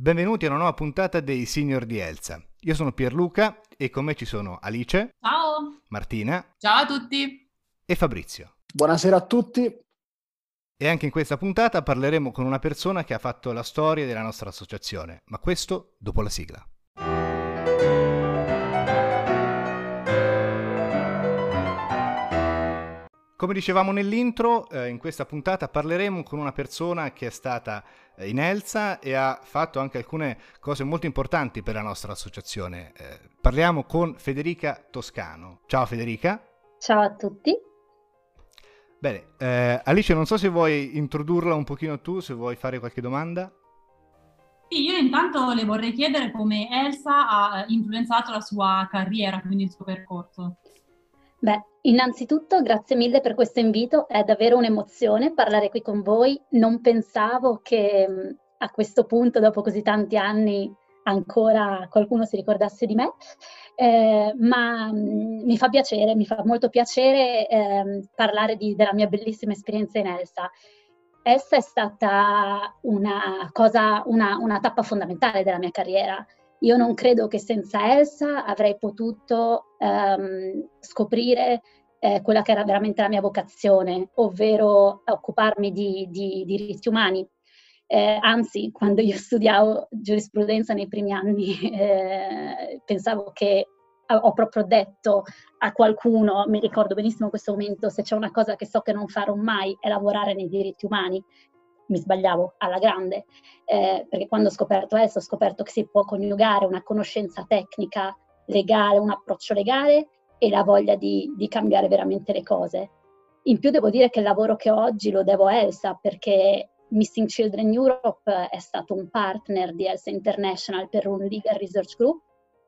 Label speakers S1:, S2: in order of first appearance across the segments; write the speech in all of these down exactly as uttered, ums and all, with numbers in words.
S1: Benvenuti a una nuova puntata dei Senior di Elsa. Io sono Pierluca e con me ci sono Alice,
S2: Ciao!
S1: Martina
S2: Ciao a tutti!
S1: e Fabrizio.
S3: Buonasera a tutti.
S1: E anche in questa puntata parleremo con una persona che ha fatto la storia della nostra associazione, ma questo dopo la sigla. Come dicevamo nell'intro, eh, in questa puntata parleremo con una persona che è stata eh, in Elsa e ha fatto anche alcune cose molto importanti per la nostra associazione. Eh, parliamo con Federica Toscano. Ciao Federica.
S4: Ciao a tutti.
S1: Bene, eh, Alice, non so se vuoi introdurla un pochino tu, se vuoi fare qualche domanda.
S2: Sì, io intanto le vorrei chiedere come Elsa ha influenzato la sua carriera, quindi il suo percorso.
S4: Beh, innanzitutto grazie mille per questo invito, è davvero un'emozione parlare qui con voi. Non pensavo che mh, a questo punto, dopo così tanti anni, ancora qualcuno si ricordasse di me, eh, ma mh, mi fa piacere, mi fa molto piacere ehm, parlare di- della mia bellissima esperienza in Elsa. Elsa è stata una cosa, una, una tappa fondamentale della mia carriera. Io non credo che senza Elsa avrei potuto ehm, scoprire eh, quella che era veramente la mia vocazione, ovvero occuparmi di, di diritti umani. Eh, anzi, quando io studiavo giurisprudenza nei primi anni, eh, pensavo che ho proprio detto a qualcuno, mi ricordo benissimo questo momento, se c'è una cosa che so che non farò mai è lavorare nei diritti umani. Mi sbagliavo alla grande, eh, perché quando ho scoperto ESO ho scoperto che si può coniugare una conoscenza tecnica legale, un approccio legale e la voglia di, di cambiare veramente le cose. In più devo dire che il lavoro che ho oggi lo devo a Elsa, perché Missing Children Europe è stato un partner di Elsa International per un Legal Research Group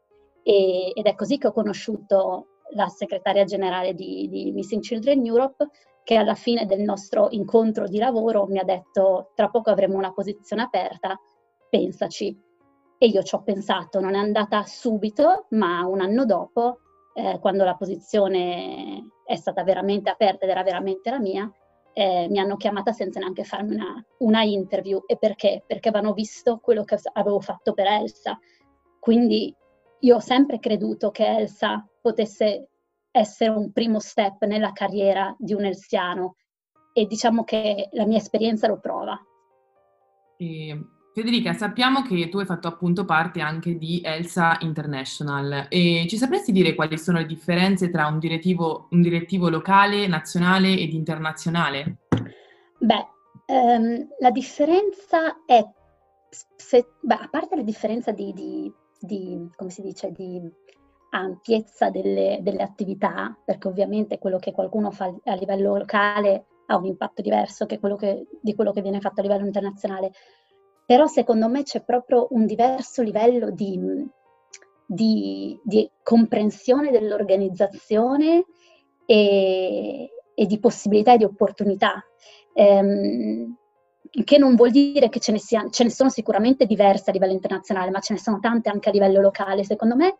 S4: e, ed è così che ho conosciuto la segretaria generale di, di Missing Children Europe, che alla fine del nostro incontro di lavoro mi ha detto: tra poco avremo una posizione aperta, pensaci. E io ci ho pensato, non è andata subito, ma un anno dopo, eh, quando la posizione è stata veramente aperta ed era veramente la mia, eh, mi hanno chiamata senza neanche farmi una, una interview. E perché? Perché avevano visto quello che avevo fatto per Elsa. Quindi io ho sempre creduto che Elsa potesse essere un primo step nella carriera di un elsiano e diciamo che la mia esperienza lo prova.
S5: E, Federica, sappiamo che tu hai fatto appunto parte anche di Elsa International e ci sapresti dire quali sono le differenze tra un direttivo, un direttivo locale, nazionale ed internazionale?
S4: Beh, ehm, la differenza è, se, beh, a parte la differenza di, di, di, come si dice, di ampiezza delle, delle attività, perché ovviamente quello che qualcuno fa a livello locale ha un impatto diverso che quello che, di quello che viene fatto a livello internazionale, però secondo me c'è proprio un diverso livello di, di, di comprensione dell'organizzazione e, e di possibilità e di opportunità. Ehm, che non vuol dire che ce ne, sia, ce ne sono sicuramente diverse a livello internazionale, ma ce ne sono tante anche a livello locale. Secondo me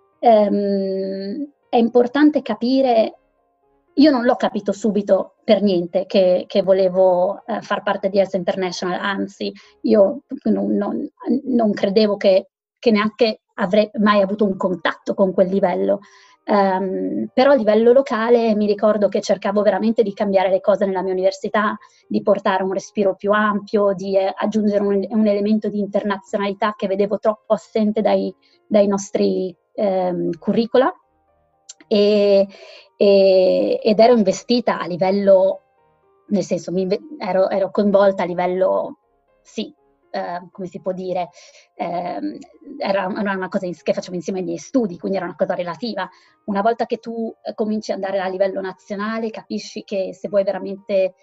S4: ehm, è importante capire. Io non l'ho capito subito per niente che, che volevo eh, far parte di Elsa International, anzi io non, non, non credevo che, che neanche avrei mai avuto un contatto con quel livello. Um, però a livello locale mi ricordo che cercavo veramente di cambiare le cose nella mia università, di portare un respiro più ampio, di eh, aggiungere un, un elemento di internazionalità che vedevo troppo assente dai, dai nostri ehm, curricula. E, e, ed ero investita a livello, nel senso mi, ero, ero coinvolta a livello, sì, eh, come si può dire, eh, era una cosa che facevo insieme ai miei studi, quindi era una cosa relativa. Una volta che tu eh, cominci ad andare a livello nazionale, capisci che se vuoi veramente,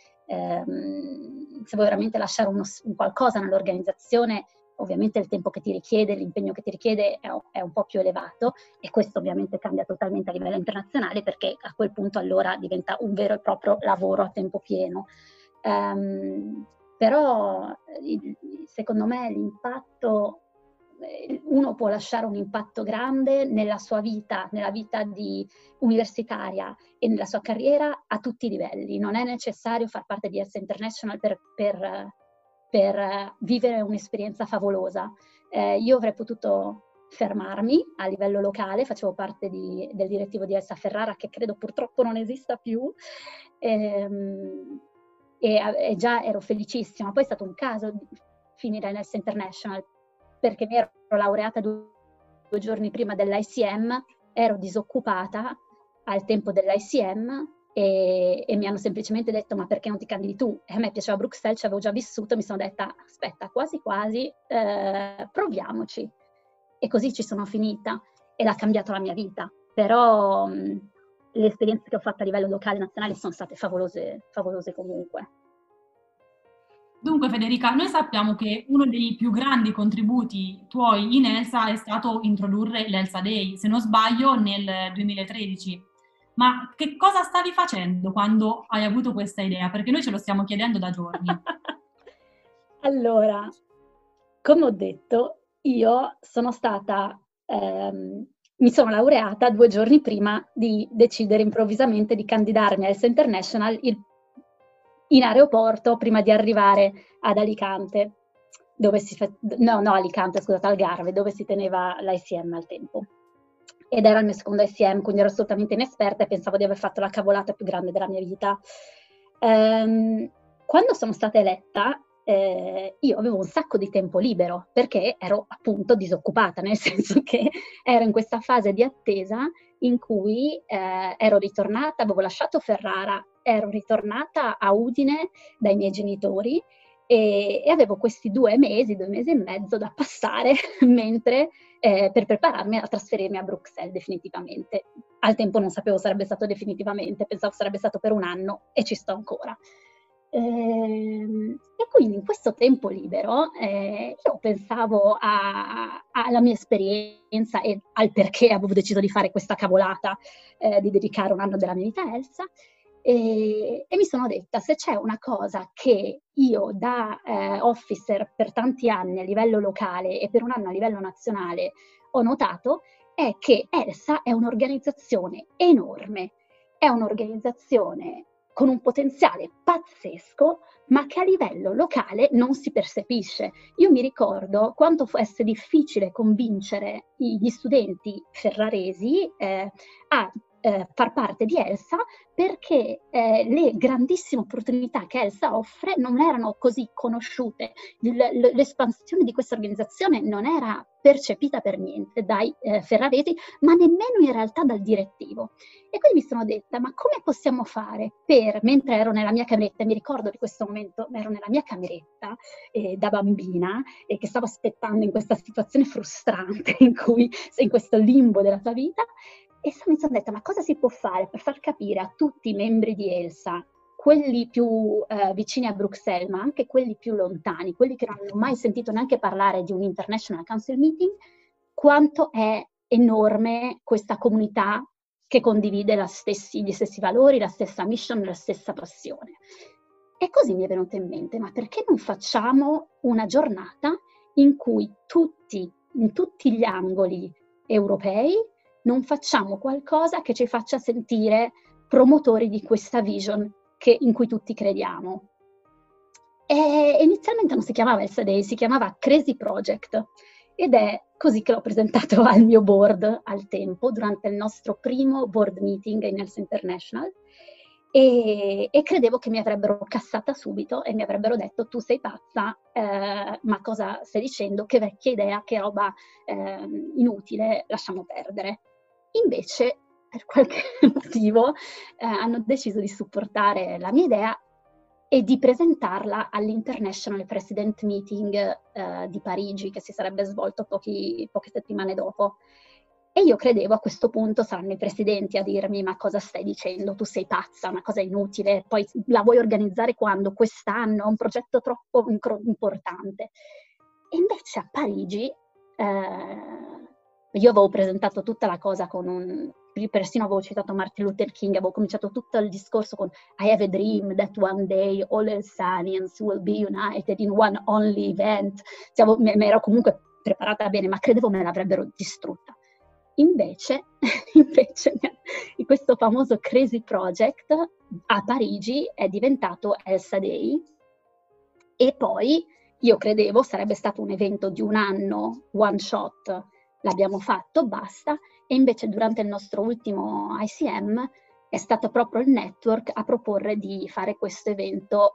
S4: ehm, se vuoi veramente lasciare uno, un qualcosa nell'organizzazione, ovviamente il tempo che ti richiede, l'impegno che ti richiede è, è un po' più elevato, e questo ovviamente cambia totalmente a livello internazionale, perché a quel punto allora diventa un vero e proprio lavoro a tempo pieno. Um, però secondo me l'impatto, uno può lasciare un impatto grande nella sua vita, nella vita di universitaria e nella sua carriera a tutti i livelli. Non è necessario far parte di Elsa International per, per per eh, vivere un'esperienza favolosa. Eh, io avrei potuto fermarmi a livello locale, facevo parte di, del direttivo di Elsa Ferrara, che credo purtroppo non esista più, ehm, e, e già ero felicissima. Poi è stato un caso di finire in Elsa International, perché mi ero laureata due, due giorni prima dell'I C M, ero disoccupata al tempo dell'I C M e, e mi hanno semplicemente detto: ma perché non ti candidi tu? E a me piaceva Bruxelles, ci avevo già vissuto, mi sono detta: aspetta, quasi quasi, eh, proviamoci. E così ci sono finita ed ha cambiato la mia vita. Però mh, le esperienze che ho fatto a livello locale e nazionale sono state favolose, favolose comunque.
S2: Dunque Federica, noi sappiamo che uno dei più grandi contributi tuoi in Elsa è stato introdurre l'Elsa Day, se non sbaglio nel duemilatredici. Ma che cosa stavi facendo quando hai avuto questa idea? Perché noi ce lo stiamo chiedendo da giorni.
S4: Allora, come ho detto, io sono stata, ehm, mi sono laureata due giorni prima di decidere improvvisamente di candidarmi a Elsa International il, in aeroporto prima di arrivare ad Alicante, dove si fa, no, no, Alicante, scusate, Algarve, dove si teneva l'I C M al tempo. Ed era il mio secondo I C M, quindi ero assolutamente inesperta e pensavo di aver fatto la cavolata più grande della mia vita. Ehm, quando sono stata eletta, eh, io avevo un sacco di tempo libero, perché ero appunto disoccupata, nel senso che ero in questa fase di attesa in cui eh, ero ritornata, avevo lasciato Ferrara, ero ritornata a Udine dai miei genitori e, e avevo questi due mesi, due mesi e mezzo da passare mentre eh, per prepararmi a trasferirmi a Bruxelles definitivamente. Al tempo non sapevo sarebbe stato definitivamente, pensavo sarebbe stato per un anno e ci sto ancora. Ehm, e quindi in questo tempo libero eh, io pensavo a- alla mia esperienza e al perché avevo deciso di fare questa cavolata, eh, di dedicare un anno della mia vita a Elsa. E, e mi sono detta: se c'è una cosa che io da eh, officer per tanti anni a livello locale e per un anno a livello nazionale ho notato, è che Elsa è un'organizzazione enorme, è un'organizzazione con un potenziale pazzesco, ma che a livello locale non si percepisce. Io mi ricordo quanto fosse difficile convincere gli studenti ferraresi eh, a eh, far parte di Elsa, perché eh, le grandissime opportunità che Elsa offre non erano così conosciute. L- l- l'espansione di questa organizzazione non era percepita per niente dai eh, ferraresi, ma nemmeno in realtà dal direttivo. E quindi mi sono detta: ma come possiamo fare per, mentre ero nella mia cameretta, mi ricordo di questo momento, ero nella mia cameretta eh, da bambina e eh, che stavo aspettando in questa situazione frustrante in cui sei in questo limbo della tua vita, e mi sono detta: ma cosa si può fare per far capire a tutti i membri di Elsa, quelli più eh, vicini a Bruxelles, ma anche quelli più lontani, quelli che non hanno mai sentito neanche parlare di un International Council Meeting, quanto è enorme questa comunità che condivide la stessi, gli stessi valori, la stessa mission, la stessa passione. E così mi è venuto in mente: ma perché non facciamo una giornata in cui tutti, in tutti gli angoli europei, non facciamo qualcosa che ci faccia sentire promotori di questa vision che, in cui tutti crediamo? E inizialmente non si chiamava Elsa Day, si chiamava Crazy Project, ed è così che l'ho presentato al mio board al tempo, durante il nostro primo board meeting in Elsa International, e, e credevo che mi avrebbero cassata subito e mi avrebbero detto: tu sei pazza, eh, ma cosa stai dicendo, che vecchia idea, che roba eh, inutile, lasciamo perdere. Invece, per qualche motivo, eh, hanno deciso di supportare la mia idea e di presentarla all'International President Meeting eh, di Parigi, che si sarebbe svolto pochi, poche settimane dopo. E io credevo a questo punto saranno i presidenti a dirmi: ma cosa stai dicendo, tu sei pazza, una cosa inutile, poi la vuoi organizzare quando? Quest'anno? È un progetto troppo importante. E invece a Parigi eh, io avevo presentato tutta la cosa con un... persino avevo citato Martin Luther King, avevo cominciato tutto il discorso con I have a dream that one day all Elsanians will be united in one only event. Cioè, mi ero comunque preparata bene, ma credevo me l'avrebbero distrutta. Invece, invece questo famoso Crazy Project a Parigi è diventato Elsa Day, e poi io credevo sarebbe stato un evento di un anno, one shot, l'abbiamo fatto, basta, e invece durante il nostro ultimo I C M è stato proprio il network a proporre di fare questo evento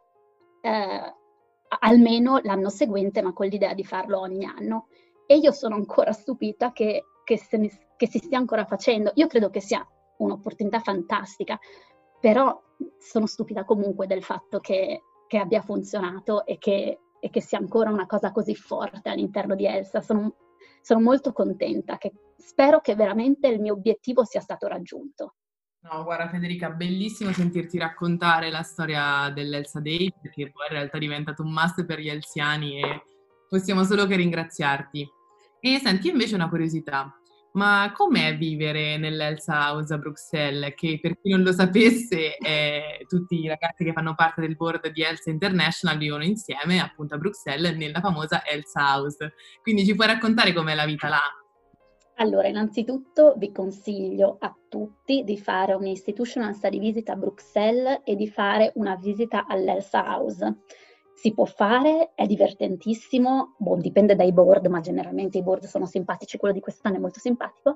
S4: eh, almeno l'anno seguente, ma con l'idea di farlo ogni anno. E io sono ancora stupita che, che, se ne, che si stia ancora facendo. Io credo che sia un'opportunità fantastica, però sono stupida comunque del fatto che, che abbia funzionato e che, e che sia ancora una cosa così forte all'interno di ELSA. Sono, sono molto contenta, che spero che veramente il mio obiettivo sia stato raggiunto.
S5: No, guarda Federica, bellissimo sentirti raccontare la storia dell'Elsa Day, perché poi in realtà è diventato un must per gli elsiani e possiamo solo che ringraziarti. E senti, invece una curiosità, ma com'è vivere nell'Elsa House a Bruxelles? Che per chi non lo sapesse, eh, tutti i ragazzi che fanno parte del board di Elsa International vivono insieme appunto a Bruxelles nella famosa Elsa House. Quindi ci puoi raccontare com'è la vita là?
S4: Allora, innanzitutto vi consiglio a tutti di fare un Institutional Study Visit a Bruxelles e di fare una visita all'Elsa House. Si può fare, è divertentissimo, boh, dipende dai board, ma generalmente i board sono simpatici, quello di quest'anno è molto simpatico,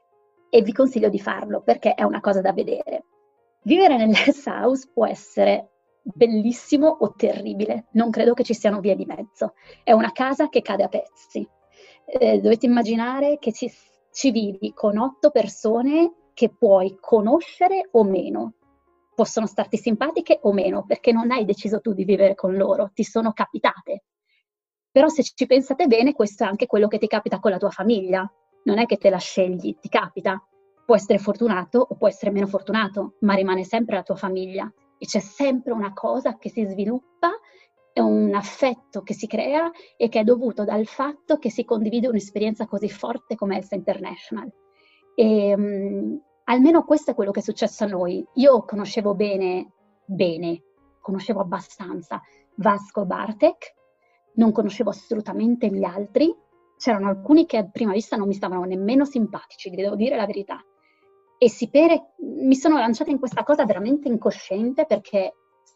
S4: e vi consiglio di farlo perché è una cosa da vedere. Vivere nell'Elsa House può essere bellissimo o terribile, non credo che ci siano vie di mezzo. È una casa che cade a pezzi. Eh, dovete immaginare che ci, ci vivi con otto persone che puoi conoscere o meno. Possono starti simpatiche o meno, perché non hai deciso tu di vivere con loro, ti sono capitate. Però se ci pensate bene, questo è anche quello che ti capita con la tua famiglia. Non è che te la scegli, ti capita. Può essere fortunato o può essere meno fortunato, ma rimane sempre la tua famiglia. E c'è sempre una cosa che si sviluppa, è un affetto che si crea e che è dovuto dal fatto che si condivide un'esperienza così forte come Elsa International. E, um, almeno questo è quello che è successo a noi. Io conoscevo bene, bene, conoscevo abbastanza Vasco Bartek, non conoscevo assolutamente gli altri. C'erano alcuni che a prima vista non mi stavano nemmeno simpatici, vi devo dire la verità. E si pere, mi sono lanciata in questa cosa veramente incosciente perché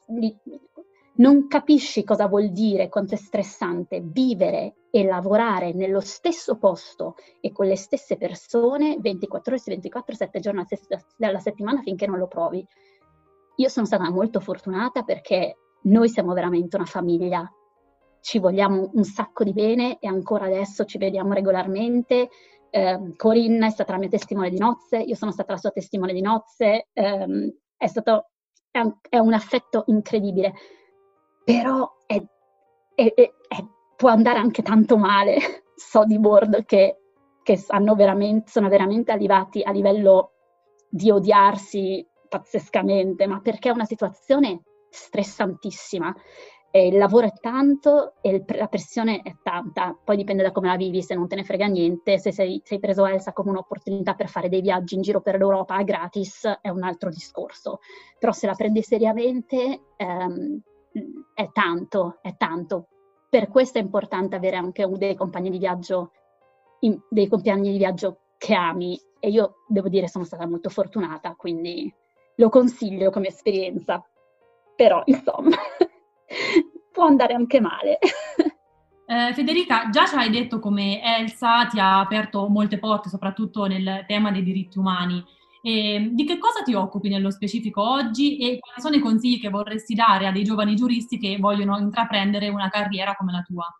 S4: non capisci cosa vuol dire, quanto è stressante vivere e lavorare nello stesso posto e con le stesse persone ventiquattro ore su ventiquattro, sette giorni alla settimana finché non lo provi. Io sono stata molto fortunata perché noi siamo veramente una famiglia, ci vogliamo un sacco di bene e ancora adesso ci vediamo regolarmente. Eh, Corinna è stata la mia testimone di nozze, io sono stata la sua testimone di nozze, ehm, è stato è un, è un affetto incredibile. Però è, è, è, è, può andare anche tanto male. So di board che, che hanno veramente, sono veramente arrivati a livello di odiarsi pazzescamente, ma perché è una situazione stressantissima. E il lavoro è tanto e il, la pressione è tanta, poi dipende da come la vivi, se non te ne frega niente, se sei, sei preso Elsa come un'opportunità per fare dei viaggi in giro per l'Europa gratis è un altro discorso, però se la prendi seriamente ehm, è tanto, è tanto. Per questo è importante avere anche dei compagni di viaggio, in, dei compagni di viaggio che ami, e io devo dire sono stata molto fortunata, quindi lo consiglio come esperienza, però insomma può andare anche male.
S2: Eh, Federica, già ci hai detto come Elsa ti ha aperto molte porte, soprattutto nel tema dei diritti umani. E di che cosa ti occupi nello specifico oggi e quali sono i consigli che vorresti dare a dei giovani giuristi che vogliono intraprendere una carriera come la tua?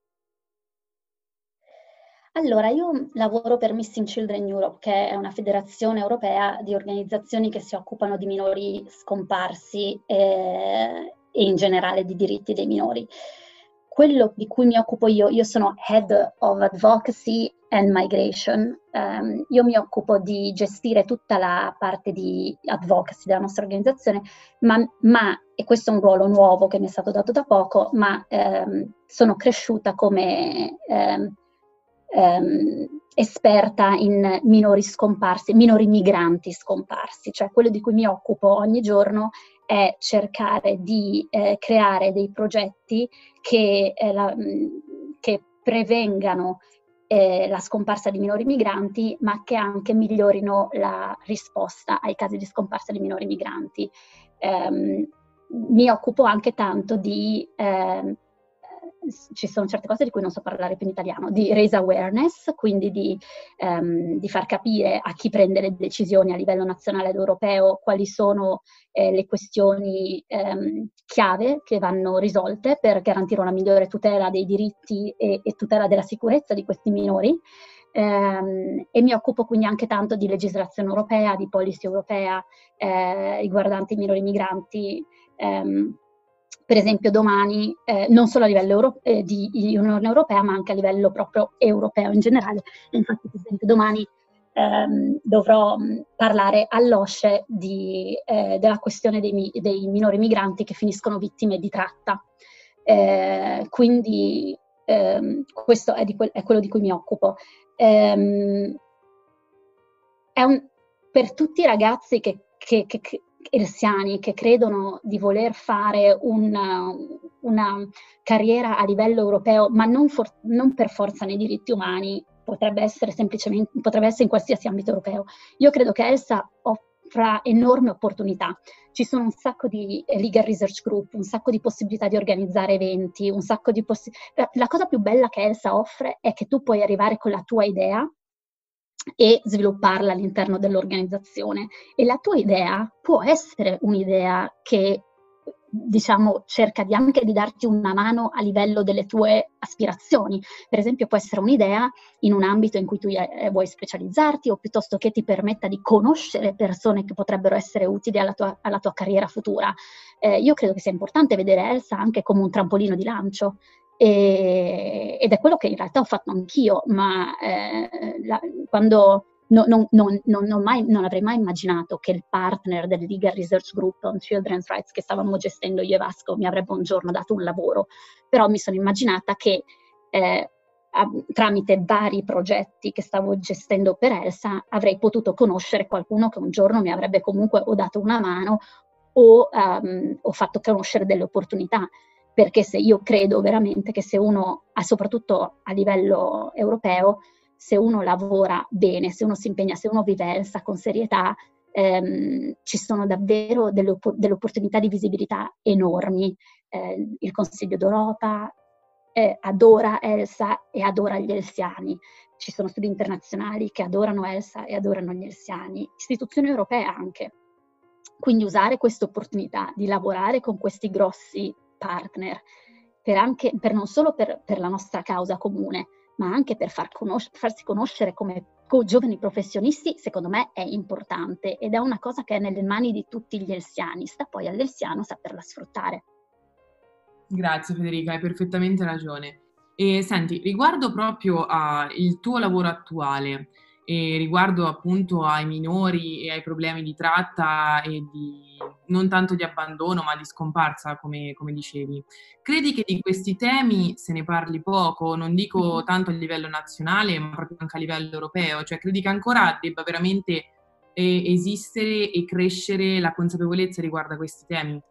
S4: Allora, io lavoro per Missing Children Europe, che è una federazione europea di organizzazioni che si occupano di minori scomparsi e, e in generale di diritti dei minori. Quello di cui mi occupo io, io sono Head of Advocacy and Migration, um, io mi occupo di gestire tutta la parte di advocacy della nostra organizzazione, ma, ma e questo è un ruolo nuovo che mi è stato dato da poco, ma um, sono cresciuta come um, um, esperta in minori scomparsi, minori migranti scomparsi, cioè quello di cui mi occupo ogni giorno è cercare di eh, creare dei progetti che, eh, la, che prevengano eh, la scomparsa di minori migranti, ma che anche migliorino la risposta ai casi di scomparsa di minori migranti. Um, mi occupo anche tanto di eh, ci sono certe cose di cui non so parlare più in italiano, di raise awareness, quindi di, um, di far capire a chi prende le decisioni a livello nazionale ed europeo quali sono eh, le questioni um, chiave che vanno risolte per garantire una migliore tutela dei diritti e, e tutela della sicurezza di questi minori. Um, e mi occupo quindi anche tanto di legislazione europea, di policy europea eh, riguardanti i minori migranti. Um, per esempio domani, eh, non solo a livello Euro- eh, di Unione Europea, ma anche a livello proprio europeo in generale. E infatti, per esempio, domani ehm, dovrò mh, parlare all'OSCE di, eh, della questione dei, mi- dei minori migranti che finiscono vittime di tratta. Eh, quindi ehm, questo è, di que- è quello di cui mi occupo. Ehm, è un, per tutti i ragazzi che, che, che, che elsiani che credono di voler fare una, una carriera a livello europeo, ma non, for, non per forza nei diritti umani, potrebbe essere semplicemente, potrebbe essere in qualsiasi ambito europeo. Io credo che ELSA offra enormi opportunità. Ci sono un sacco di legal research group, un sacco di possibilità di organizzare eventi, un sacco di possi- la, la cosa più bella che ELSA offre è che tu puoi arrivare con la tua idea e svilupparla all'interno dell'organizzazione. E la tua idea può essere un'idea che, diciamo, cerca di anche di darti una mano a livello delle tue aspirazioni. Per esempio, può essere un'idea in un ambito in cui tu eh, vuoi specializzarti, o piuttosto che ti permetta di conoscere persone che potrebbero essere utili alla tua, alla tua carriera futura. Eh, io credo che sia importante vedere ELSA anche come un trampolino di lancio. E, ed è quello che in realtà ho fatto anch'io, ma eh, la, quando no, no, no, no, non, mai, non avrei mai immaginato che il partner del Legal Research Group on Children's Rights che stavamo gestendo io e Vasco mi avrebbe un giorno dato un lavoro, però mi sono immaginata che eh, a, tramite vari progetti che stavo gestendo per ELSA avrei potuto conoscere qualcuno che un giorno mi avrebbe comunque o dato una mano o, um, o fatto conoscere delle opportunità. Perché se io credo veramente che se uno, soprattutto a livello europeo, se uno lavora bene, se uno si impegna, se uno vive ELSA con serietà, ehm, ci sono davvero delle, opp- delle opportunità di visibilità enormi. Eh, il Consiglio d'Europa eh, adora ELSA e adora gli elsiani. Ci sono studi internazionali che adorano ELSA e adorano gli elsiani, istituzioni europee anche. Quindi usare questa opportunità di lavorare con questi grossi partner, per, anche, per non solo per, per la nostra causa comune, ma anche per far conosc- farsi conoscere come co- giovani professionisti, secondo me è importante ed è una cosa che è nelle mani di tutti gli elsiani, sta poi all'elsiano saperla sfruttare.
S5: Grazie Federica, hai perfettamente ragione. E senti, riguardo proprio al tuo lavoro attuale, e riguardo appunto ai minori e ai problemi di tratta e di non tanto di abbandono ma di scomparsa come, come dicevi, credi che di questi temi se ne parli poco, non dico tanto a livello nazionale ma proprio anche a livello europeo, cioè credi che ancora debba veramente eh, esistere e crescere la consapevolezza riguardo a questi temi?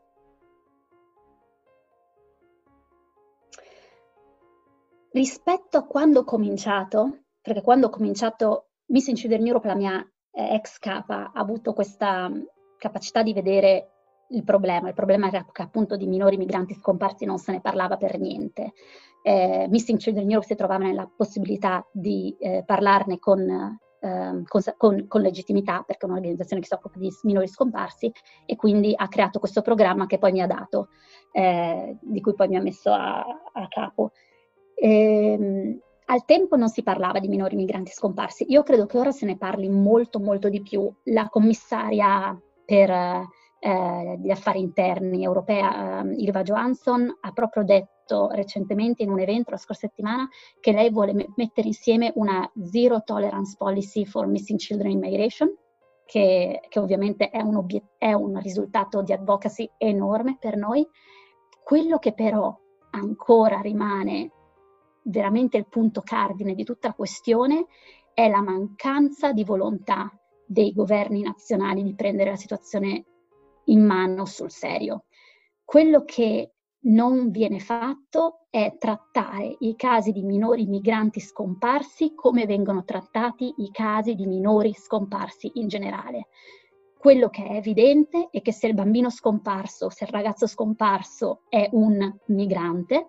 S4: Rispetto a quando ho cominciato, perché quando ho cominciato Missing Children Europe, la mia eh, ex capa ha avuto questa capacità di vedere il problema. Il problema era che appunto di minori migranti scomparsi non se ne parlava per niente. Eh, Missing Children Europe si trovava nella possibilità di eh, parlarne con, eh, con, con, con legittimità, perché è un'organizzazione che si occupa di minori scomparsi, e quindi ha creato questo programma che poi mi ha dato, eh, di cui poi mi ha messo a, a capo. Ehm, al tempo non si parlava di minori migranti scomparsi. Io credo che ora se ne parli molto molto di più. La commissaria per eh, gli affari interni europea, eh, Ylva Johansson, ha proprio detto recentemente in un evento la scorsa settimana che lei vuole me- mettere insieme una zero tolerance policy for missing children in migration, che, che ovviamente è un, obiet- è un risultato di advocacy enorme per noi. Quello che però ancora rimane veramente il punto cardine di tutta la questione è la mancanza di volontà dei governi nazionali di prendere la situazione in mano sul serio. Quello che non viene fatto è trattare i casi di minori migranti scomparsi come vengono trattati i casi di minori scomparsi in generale. Quello che è evidente è che se il bambino scomparso, se il ragazzo scomparso è un migrante,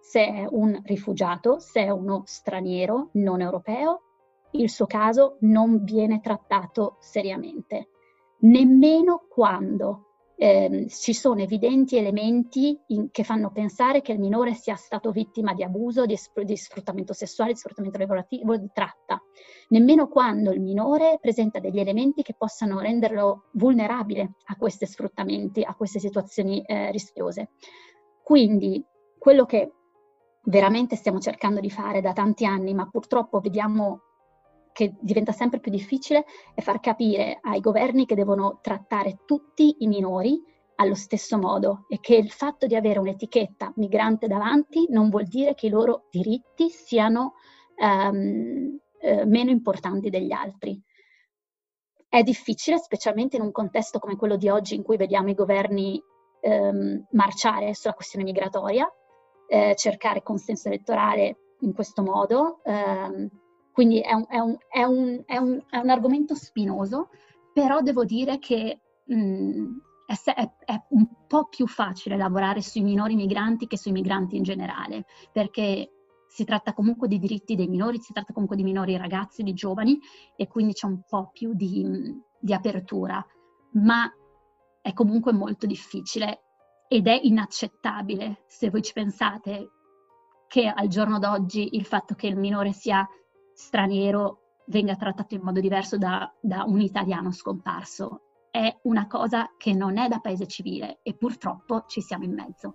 S4: se è un rifugiato, se è uno straniero non europeo, il suo caso non viene trattato seriamente, nemmeno quando eh, ci sono evidenti elementi in, che fanno pensare che il minore sia stato vittima di abuso, di, di sfruttamento sessuale, di sfruttamento lavorativo, di tratta, nemmeno quando il minore presenta degli elementi che possano renderlo vulnerabile a questi sfruttamenti, a queste situazioni eh, rischiose. Quindi quello che veramente stiamo cercando di fare da tanti anni, ma purtroppo vediamo che diventa sempre più difficile, è far capire ai governi che devono trattare tutti i minori allo stesso modo e che il fatto di avere un'etichetta migrante davanti non vuol dire che i loro diritti siano um, eh, meno importanti degli altri. È difficile, specialmente in un contesto come quello di oggi in cui vediamo i governi um, marciare sulla questione migratoria, eh, cercare consenso elettorale in questo modo. Um, Quindi è un, è, un, è, un, è, un, è un argomento spinoso, però devo dire che mh, è, è, è un po' più facile lavorare sui minori migranti che sui migranti in generale, perché si tratta comunque di diritti dei minori, si tratta comunque di minori ragazzi, di giovani, e quindi c'è un po' più di, di apertura, ma è comunque molto difficile ed è inaccettabile, se voi ci pensate, che al giorno d'oggi il fatto che il minore sia straniero venga trattato in modo diverso da, da un italiano scomparso. È una cosa che non è da paese civile e purtroppo ci siamo in mezzo.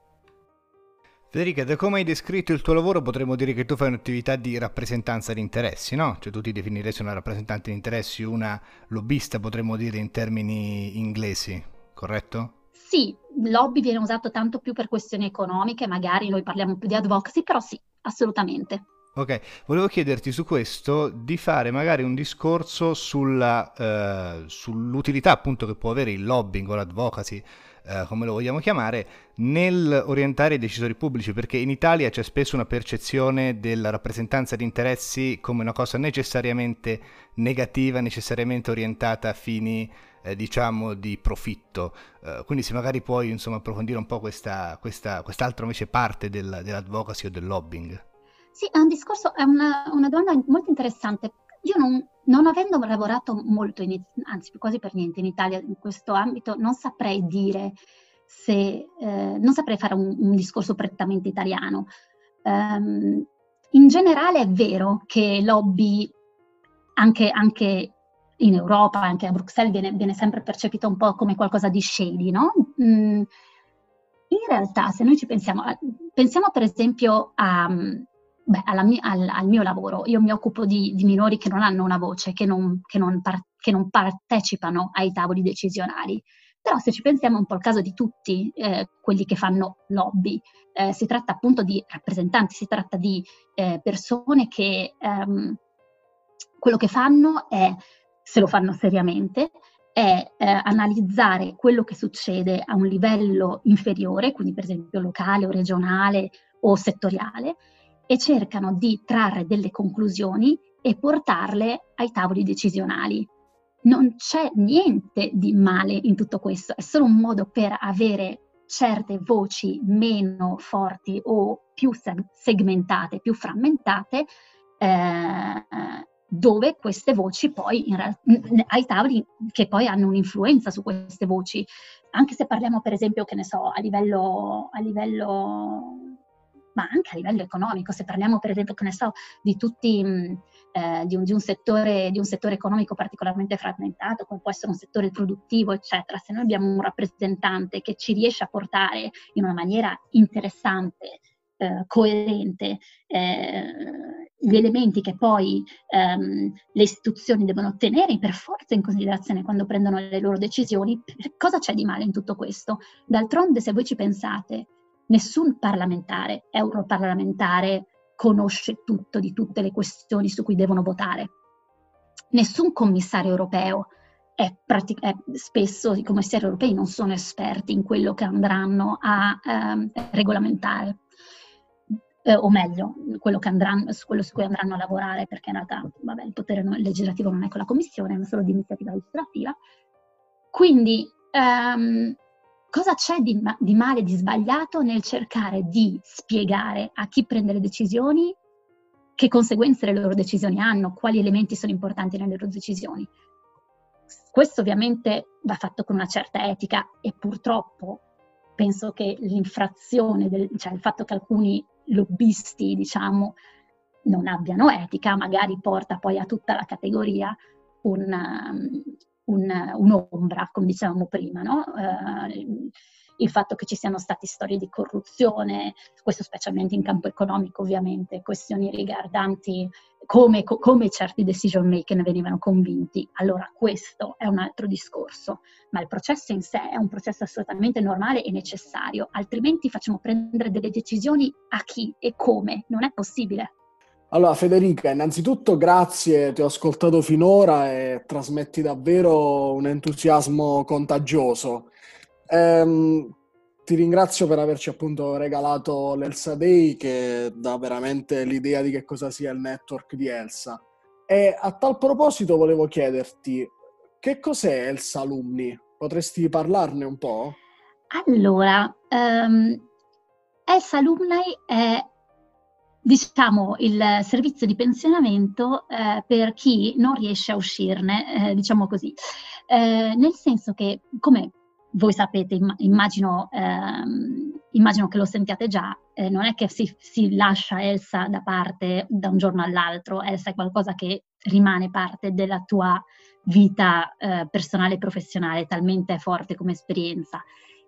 S1: Federica, da come hai descritto il tuo lavoro potremmo dire che tu fai un'attività di rappresentanza di interessi, no? Cioè tu ti definiresti una rappresentante di interessi, una lobbista, potremmo dire in termini inglesi, corretto?
S4: Sì, lobby viene usato tanto più per questioni economiche, magari noi parliamo più di advocacy, però sì, assolutamente.
S1: Ok, volevo chiederti su questo di fare magari un discorso sulla, eh, sull'utilità appunto che può avere il lobbying o l'advocacy, eh, come lo vogliamo chiamare, nel orientare i decisori pubblici, perché in Italia c'è spesso una percezione della rappresentanza di interessi come una cosa necessariamente negativa, necessariamente orientata a fini, eh, diciamo, di profitto. Uh, quindi se magari puoi insomma approfondire un po' questa, questa quest'altra invece parte del, dell'advocacy o del lobbying.
S4: Sì, è un discorso, è una, una domanda molto interessante. Io non, non avendo lavorato molto, in, anzi quasi per niente in Italia in questo ambito, non saprei dire se, eh, non saprei fare un, un discorso prettamente italiano. Um, in generale è vero che lobby, anche, anche in Europa, anche a Bruxelles, viene, viene sempre percepito un po' come qualcosa di shady, no? Mm, in realtà, se noi ci pensiamo, pensiamo per esempio a... Beh, alla mia, al, al mio lavoro, io mi occupo di, di minori che non hanno una voce, che non, che, non par, che non partecipano ai tavoli decisionali. Però se ci pensiamo è un po' il caso di tutti eh, quelli che fanno lobby. Eh, si tratta appunto di rappresentanti, si tratta di eh, persone che ehm, quello che fanno è, se lo fanno seriamente, è eh, analizzare quello che succede a un livello inferiore, quindi per esempio locale o regionale o settoriale, e cercano di trarre delle conclusioni e portarle ai tavoli decisionali. Non c'è niente di male in tutto questo, è solo un modo per avere certe voci meno forti o più segmentate, più frammentate, eh, dove queste voci poi, in realtà, ai tavoli che poi hanno un'influenza su queste voci. Anche se parliamo per esempio, che ne so, a livello... A livello ma anche a livello economico, se parliamo per esempio, che ne so, di tutti, mh, eh, di, un, di, un settore, di un settore economico particolarmente frammentato, come può essere un settore produttivo, eccetera, se noi abbiamo un rappresentante che ci riesce a portare in una maniera interessante, eh, coerente, eh, gli elementi che poi ehm, le istituzioni devono tenere per forza in considerazione quando prendono le loro decisioni, cosa c'è di male in tutto questo? D'altronde, se voi ci pensate, nessun parlamentare, europarlamentare, conosce tutto di tutte le questioni su cui devono votare. Nessun commissario europeo è, pratic- è spesso i commissari europei non sono esperti in quello che andranno a ehm, regolamentare, eh, o meglio, quello, che andranno, quello su cui andranno a lavorare, perché in realtà vabbè, il potere legislativo non è con la Commissione, ma solo di iniziativa legislativa. Quindi ehm, cosa c'è di, ma- di male, di sbagliato nel cercare di spiegare a chi prende le decisioni che conseguenze le loro decisioni hanno, quali elementi sono importanti nelle loro decisioni. Questo ovviamente va fatto con una certa etica e purtroppo penso che l'infrazione, del, cioè il fatto che alcuni lobbisti, diciamo, non abbiano etica, magari porta poi a tutta la categoria un, um, un, un'ombra, come dicevamo prima, no? Uh, il fatto che ci siano stati storie di corruzione, questo specialmente in campo economico ovviamente, questioni riguardanti come, co- come certi decision maker ne venivano convinti, allora questo è un altro discorso, ma il processo in sé è un processo assolutamente normale e necessario, altrimenti facciamo prendere delle decisioni a chi e come, non è possibile.
S3: Allora Federica, innanzitutto grazie, ti ho ascoltato finora e trasmetti davvero un entusiasmo contagioso. Ehm, ti ringrazio per averci appunto regalato l'Elsa Day, che dà veramente l'idea di che cosa sia il network di Elsa. E a tal proposito volevo chiederti, che cos'è Elsa Alumni? Potresti parlarne un po'?
S4: Allora, um, Elsa Alumni è, diciamo, il servizio di pensionamento eh, per chi non riesce a uscirne, eh, diciamo così, eh, nel senso che, come voi sapete, imm- immagino, ehm, immagino che lo sentiate già, eh, non è che si, si lascia Elsa da parte da un giorno all'altro, Elsa è qualcosa che rimane parte della tua vita eh, personale e professionale, talmente forte come esperienza.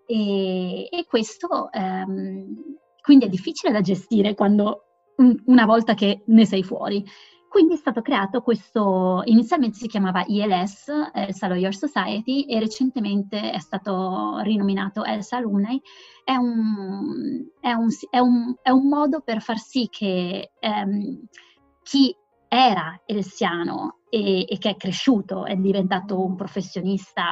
S4: E, e questo ehm, quindi è difficile da gestire quando una volta che ne sei fuori. Quindi è stato creato questo, inizialmente si chiamava E L S, Elsa Lawyer Society, e recentemente è stato rinominato Elsa Alumni. È un, è un, è un, è un modo per far sì che ehm, chi era elsiano e, e che è cresciuto, è diventato un professionista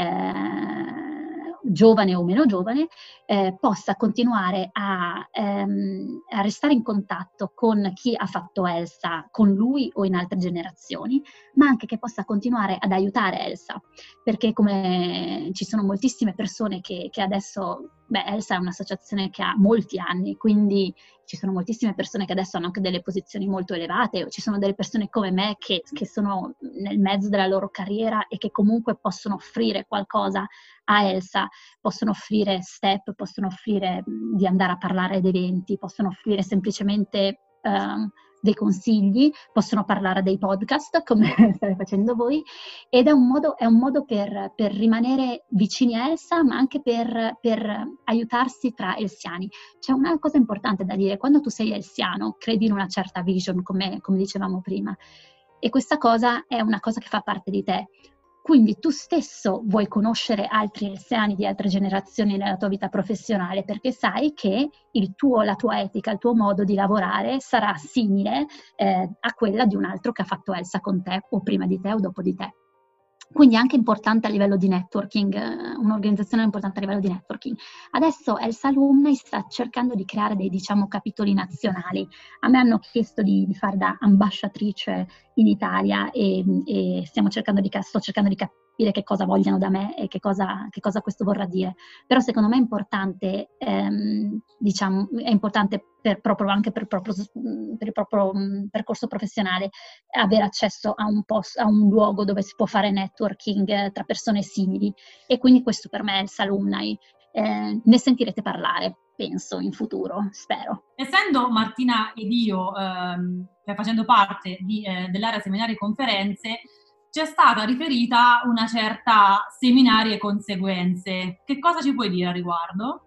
S4: eh, giovane o meno giovane, eh, possa continuare a, ehm, a restare in contatto con chi ha fatto Elsa, con lui o in altre generazioni, ma anche che possa continuare ad aiutare Elsa, perché come ci sono moltissime persone che, che adesso, beh, Elsa è un'associazione che ha molti anni, quindi ci sono moltissime persone che adesso hanno anche delle posizioni molto elevate, o ci sono delle persone come me che, che sono nel mezzo della loro carriera e che comunque possono offrire qualcosa a Elsa, possono offrire step, possono offrire di andare a parlare ad eventi, possono offrire semplicemente um, dei consigli, possono parlare dei podcast come state facendo voi, ed è un modo, è un modo per, per rimanere vicini a Elsa, ma anche per, per aiutarsi tra elsiani. C'è una cosa importante da dire: quando tu sei elsiano credi in una certa vision, come, come dicevamo prima, e questa cosa è una cosa che fa parte di te. Quindi tu stesso vuoi conoscere altri elsiani di altre generazioni nella tua vita professionale, perché sai che il tuo, la tua etica, il tuo modo di lavorare sarà simile eh, a quella di un altro che ha fatto Elsa con te, o prima di te o dopo di te. Quindi è anche importante a livello di networking, un'organizzazione importante a livello di networking. Adesso Elsa Alumni sta cercando di creare dei, diciamo, capitoli nazionali. A me hanno chiesto di, di fare da ambasciatrice in Italia e, e stiamo cercando di, sto cercando di capire che cosa vogliano da me e che cosa, che cosa questo vorrà dire. Però secondo me è importante, ehm, diciamo, è importante per proprio, anche per, proprio, per il proprio um, percorso professionale, avere accesso a un, post, a un luogo dove si può fare networking eh, tra persone simili, e quindi questo per me è Elsa Alumni. Eh, ne sentirete parlare, penso, in futuro, spero.
S2: Essendo Martina ed io ehm, facendo parte di, eh, dell'area seminari e conferenze, c'è stata riferita una certa seminari e conseguenze. Che cosa ci puoi dire a riguardo?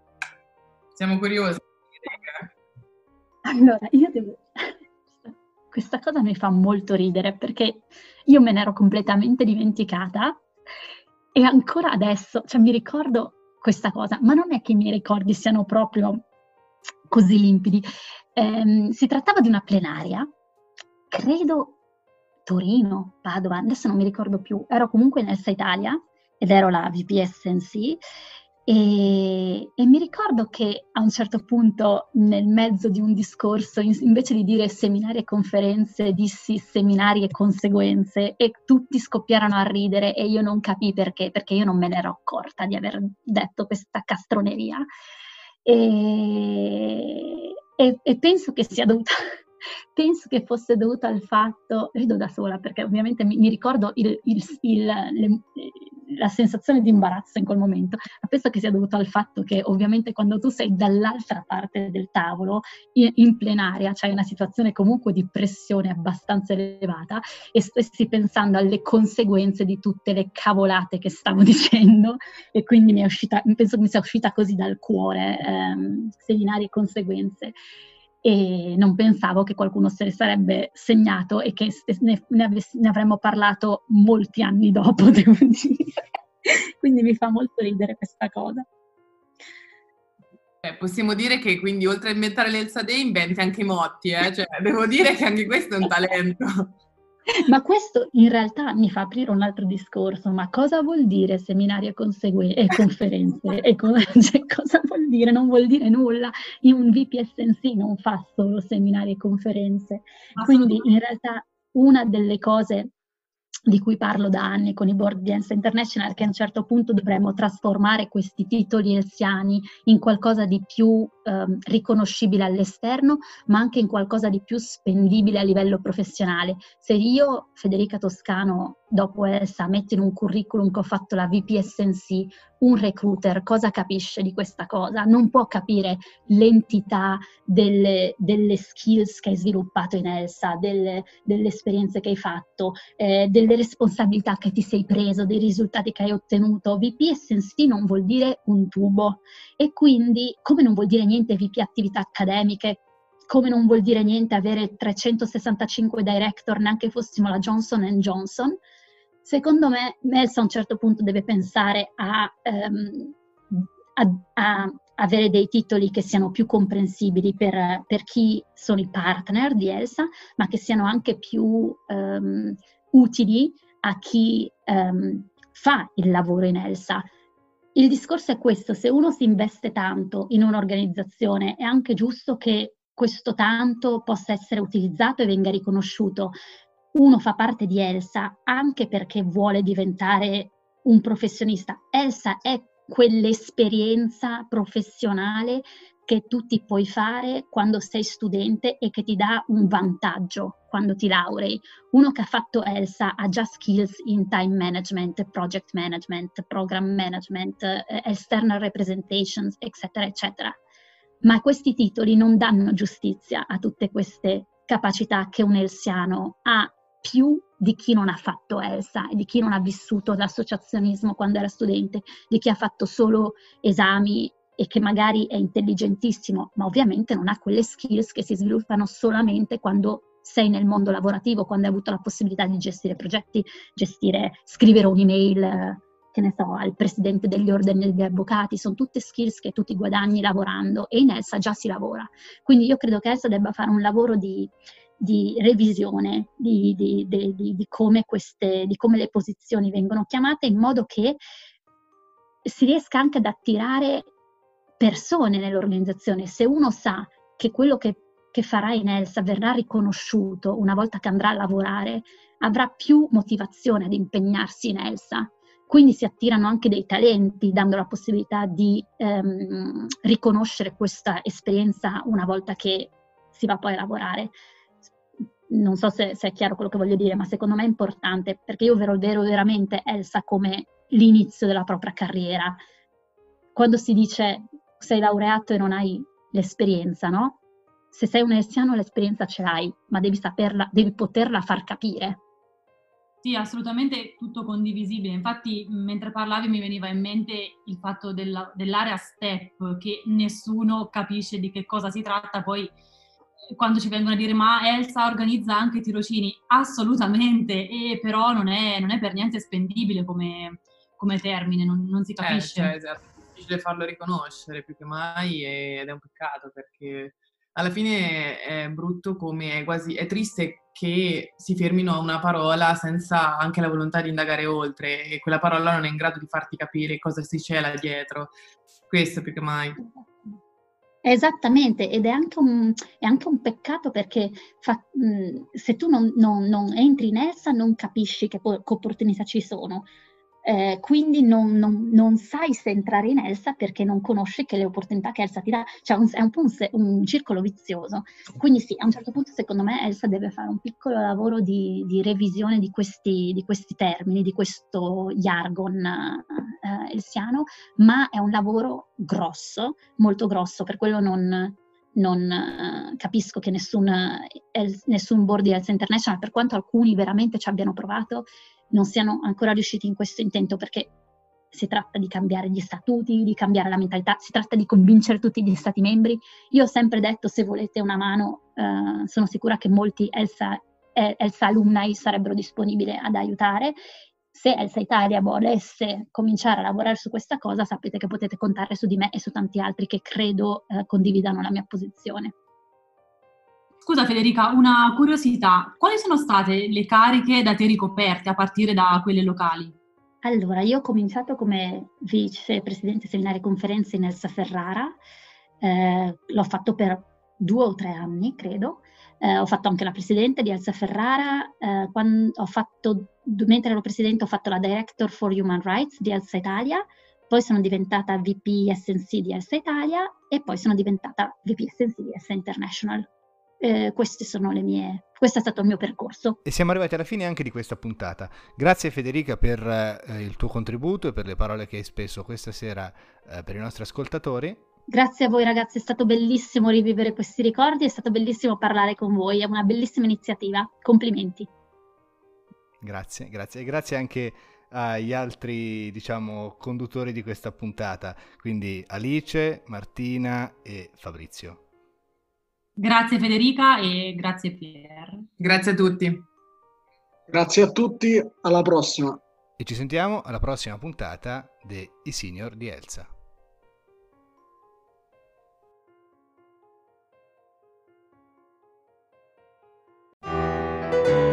S5: Siamo curiosi.
S4: Allora, io devo... Questa cosa mi fa molto ridere, perché io me ne ero completamente dimenticata e ancora adesso, cioè mi ricordo questa cosa, ma non è che i miei ricordi siano proprio così limpidi. Ehm, si trattava di una plenaria, credo Torino, Padova, adesso non mi ricordo più, ero comunque in Elsa Italia ed ero la V P S N C, E, e mi ricordo che a un certo punto, nel mezzo di un discorso, in- invece di dire seminari e conferenze, dissi seminari e conseguenze, e tutti scoppiarono a ridere e io non capii perché, perché io non me ne ero accorta di aver detto questa castroneria. E, e- e penso che sia dovuta, penso che fosse dovuta al fatto, rido da sola perché ovviamente mi, mi ricordo il- il- il- le- la sensazione di imbarazzo in quel momento, ma penso che sia dovuto al fatto che ovviamente quando tu sei dall'altra parte del tavolo, in, in plenaria, c'hai una situazione comunque di pressione abbastanza elevata e stessi pensando alle conseguenze di tutte le cavolate che stavo dicendo, e quindi mi è uscita, penso che mi sia uscita così dal cuore, ehm, seminari e conseguenze. E non pensavo che qualcuno se ne sarebbe segnato e che ne, ne, avess- ne avremmo parlato molti anni dopo, devo dire. Quindi mi fa molto ridere questa cosa.
S5: Eh, possiamo dire che quindi oltre a inventare l'Elsa Day inventi anche i motti, eh? Cioè, devo dire che anche questo è un talento.
S4: Ma questo in realtà mi fa aprire un altro discorso, ma cosa vuol dire seminari e, conseguen- e conferenze? E co- cioè, cosa vuol dire? Non vuol dire nulla. In un V P S N C non fa solo seminari e conferenze. Quindi in realtà una delle cose di cui parlo da anni con i board di ELSA International è che a un certo punto dovremmo trasformare questi titoli elsiani in qualcosa di più ehm, riconoscibile all'esterno, ma anche in qualcosa di più spendibile a livello professionale. Se io, Federica Toscano, dopo ELSA, metto in un curriculum che ho fatto la V P S N C, un recruiter cosa capisce di questa cosa? Non può capire l'entità delle, delle skills che hai sviluppato in ELSA, delle, delle esperienze che hai fatto, eh, delle responsabilità che ti sei preso, dei risultati che hai ottenuto. V P S N C non vuol dire un tubo, e quindi, come non vuol dire niente V P attività accademiche, come non vuol dire niente avere trecentosessantacinque director, neanche fossimo la Johnson and Johnson, secondo me ELSA a un certo punto deve pensare a, um, a, a avere dei titoli che siano più comprensibili per, per chi sono i partner di ELSA, ma che siano anche più um, utili a chi um, fa il lavoro in ELSA. Il discorso è questo: se uno si investe tanto in un'organizzazione, è anche giusto che questo tanto possa essere utilizzato e venga riconosciuto. Uno fa parte di ELSA anche perché vuole diventare un professionista. ELSA è quell'esperienza professionale che tu ti puoi fare quando sei studente e che ti dà un vantaggio quando ti laurei. Uno che ha fatto ELSA ha già skills in time management, project management, program management, eh, external representations, eccetera, eccetera. Ma questi titoli non danno giustizia a tutte queste capacità che un elsiano ha, più di chi non ha fatto ELSA e di chi non ha vissuto l'associazionismo quando era studente, di chi ha fatto solo esami e che magari è intelligentissimo, ma ovviamente non ha quelle skills che si sviluppano solamente quando sei nel mondo lavorativo, quando hai avuto la possibilità di gestire progetti, gestire, scrivere un'email, che ne so, al presidente degli ordini degli avvocati. Sono tutte skills che tu ti guadagni lavorando, e in ELSA già si lavora. Quindi io credo che ELSA debba fare un lavoro di, di revisione di, di, di, di, di, come queste, di come le posizioni vengono chiamate, in modo che si riesca anche ad attirare persone nell'organizzazione. Se uno sa che quello che, che farà in ELSA verrà riconosciuto una volta che andrà a lavorare, avrà più motivazione ad impegnarsi in ELSA. Quindi si attirano anche dei talenti, dando la possibilità di ehm, riconoscere questa esperienza una volta che si va poi a lavorare. Non so se, se è chiaro quello che voglio dire, ma secondo me è importante, perché io vero, vero veramente ELSA come l'inizio della propria carriera. Quando si dice sei laureato e non hai l'esperienza, no? Se sei un elsiano l'esperienza ce l'hai, ma devi saperla, devi poterla far capire.
S2: Sì, assolutamente tutto condivisibile. Infatti, mentre parlavi mi veniva in mente il fatto della, dell'area STEP, che nessuno capisce di che cosa si tratta. Poi, quando ci vengono a dire ma ELSA organizza anche tirocini, assolutamente, e però non è, non è per niente spendibile come, come termine, non, non si capisce.
S5: Eh, cioè, esatto, è difficile farlo riconoscere più che mai, ed è un peccato, perché alla fine è brutto, come è quasi, è triste che si fermino a una parola senza anche la volontà di indagare oltre, e quella parola non è in grado di farti capire cosa si cela dietro. Questo più che mai.
S4: Esattamente, ed è anche un, è anche un peccato perché fa, mh, se tu non, non- non entri in essa non capisci che, po- che opportunità ci sono. Eh, quindi non, non- non sai se entrare in Elsa perché non conosci che le opportunità che Elsa ti dà, cioè un- è un po' un, se- un circolo vizioso. Quindi sì, a un certo punto secondo me Elsa deve fare un piccolo lavoro di, di revisione di questi, di questi termini, di questo jargon eh, elsiano, ma è un lavoro grosso, molto grosso, per quello non, non eh, capisco che nessun, eh, nessun board di Elsa International, per quanto alcuni veramente ci abbiano provato, non siano ancora riusciti in questo intento, perché si tratta di cambiare gli statuti, di cambiare la mentalità, si tratta di convincere tutti gli stati membri. Io ho sempre detto, se volete una mano, eh, sono sicura che molti Elsa, eh, Elsa alumni sarebbero disponibili ad aiutare. Se Elsa Italia volesse cominciare a lavorare su questa cosa, sapete che potete contare su di me e su tanti altri che credo eh, condividano la mia posizione.
S2: Scusa Federica, una curiosità, quali sono state le cariche da te ricoperte a partire da quelle locali?
S4: Allora, io ho cominciato come vicepresidente seminari e conferenze in Elsa Ferrara, eh, l'ho fatto per due o tre anni, credo. Eh, ho fatto anche la presidente di Elsa Ferrara, eh, quando ho fatto, mentre ero presidente ho fatto la Director for Human Rights di Elsa Italia, poi sono diventata V P S N C di Elsa Italia e poi sono diventata V P S N C di Elsa International. Eh, queste sono le mie, questo è stato il mio percorso.
S1: E siamo arrivati alla fine anche di questa puntata. Grazie Federica per eh, il tuo contributo e per le parole che hai speso questa sera eh, per i nostri ascoltatori.
S4: Grazie a voi ragazzi, è stato bellissimo rivivere questi ricordi, è stato bellissimo parlare con voi, è una bellissima iniziativa, complimenti.
S1: Grazie, grazie e grazie anche agli altri, diciamo, conduttori di questa puntata, quindi Alice, Martina e Fabrizio.
S2: Grazie Federica e grazie Pier.
S5: Grazie a tutti.
S3: Grazie a tutti, alla prossima.
S1: E ci sentiamo alla prossima puntata dei Senior di Elsa. Thank you.